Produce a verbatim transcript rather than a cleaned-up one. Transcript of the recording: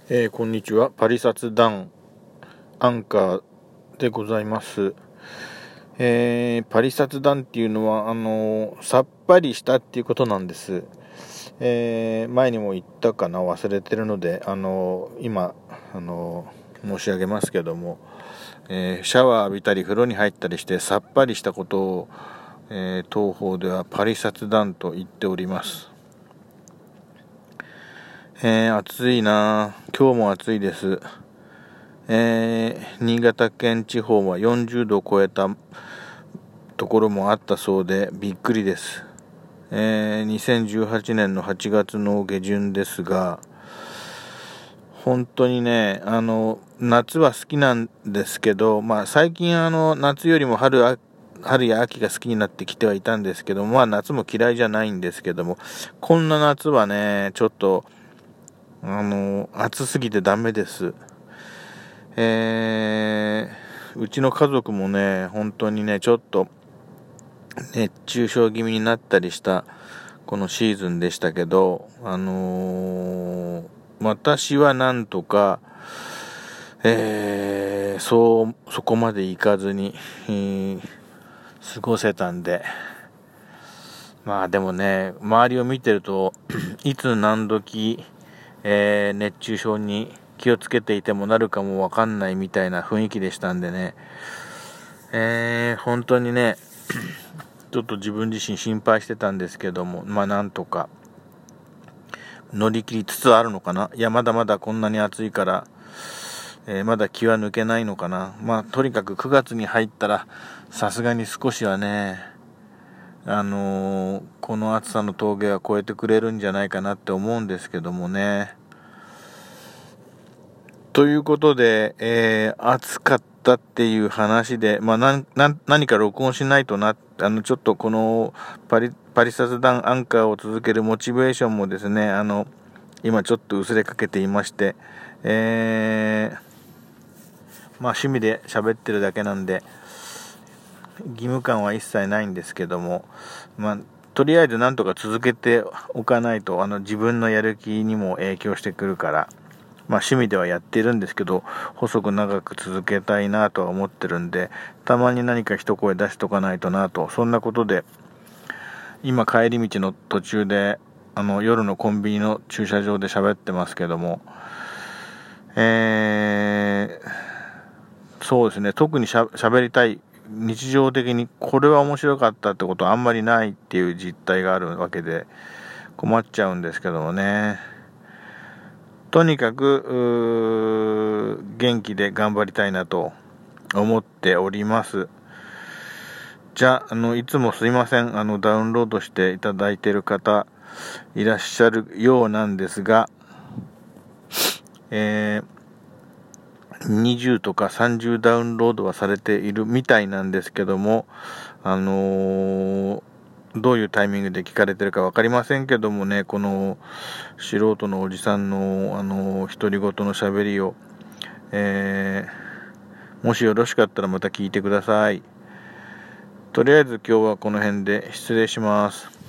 えー、こんにちは。パリ雑談アンカーでございます。えー、パリ雑談っていうのはあのー、さっぱりしたっていうことなんです。えー、前にも言ったかな、忘れてるので、あのー、今、あのー、申し上げますけども、えー、シャワー浴びたり風呂に入ったりしてさっぱりしたことを、えー、当方ではパリ雑談と言っております。えー、暑いな。今日も暑いです。えー、新潟県地方はよんじゅうどを超えたところもあったそうでびっくりです。えー、にせんじゅうはちねんのはちがつの下旬ですが、本当にね、あの夏は好きなんですけど、まあ最近あの夏よりも春あ春や秋が好きになってきてはいたんですけど、まあ夏も嫌いじゃないんですけども、こんな夏はねちょっとあの暑すぎてダメです。えー、うちの家族もね本当にねちょっと熱中症気味になったりしたこのシーズンでしたけど、あのー、私はなんとか、えー、そうそこまでいかずに、えー、過ごせたんで、まあでもね周りを見てるといつ何時、えー、熱中症に気をつけていてもなるかもわかんないみたいな雰囲気でしたんでね、えー、本当にねちょっと自分自身心配してたんですけども、まあなんとか乗り切りつつあるのかな。いやまだまだこんなに暑いから、えー、まだ気は抜けないのかな。まあとにかくくがつに入ったらさすがに少しはねあのー、この暑さの峠は越えてくれるんじゃないかなって思うんですけどもね。ということで、えー、暑かったっていう話で、まあ、なんなん何か録音しないとな、あのちょっとこのパリパリ雑談アンカーを続けるモチベーションもですね、あの今ちょっと薄れかけていまして、えー、まあ趣味で喋ってるだけなんで義務感は一切ないんですけども、まあとりあえずなんとか続けておかないとあの自分のやる気にも影響してくるから。まあ趣味ではやっているんですけど、細く長く続けたいなとは思ってるんで、たまに何か一声出しとかないとなと、そんなことで、今帰り道の途中で、あの夜のコンビニの駐車場で喋ってますけども、えー、そうですね、特にしゃ喋りたい、日常的にこれは面白かったってことはあんまりないっていう実態があるわけで、困っちゃうんですけどもね。とにかく元気で頑張りたいなと思っております。じゃあ、あのいつもすいません、あのダウンロードしていただいている方いらっしゃるようなんですが、えー、にじゅうとかさんじゅうダウンロードはされているみたいなんですけども、あのーどういうタイミングで聞かれてるか分かりませんけどもね、この素人のおじさんのあの独り言のしゃべりを、えー、もしよろしかったらまた聞いてください。とりあえず今日はこの辺で失礼します。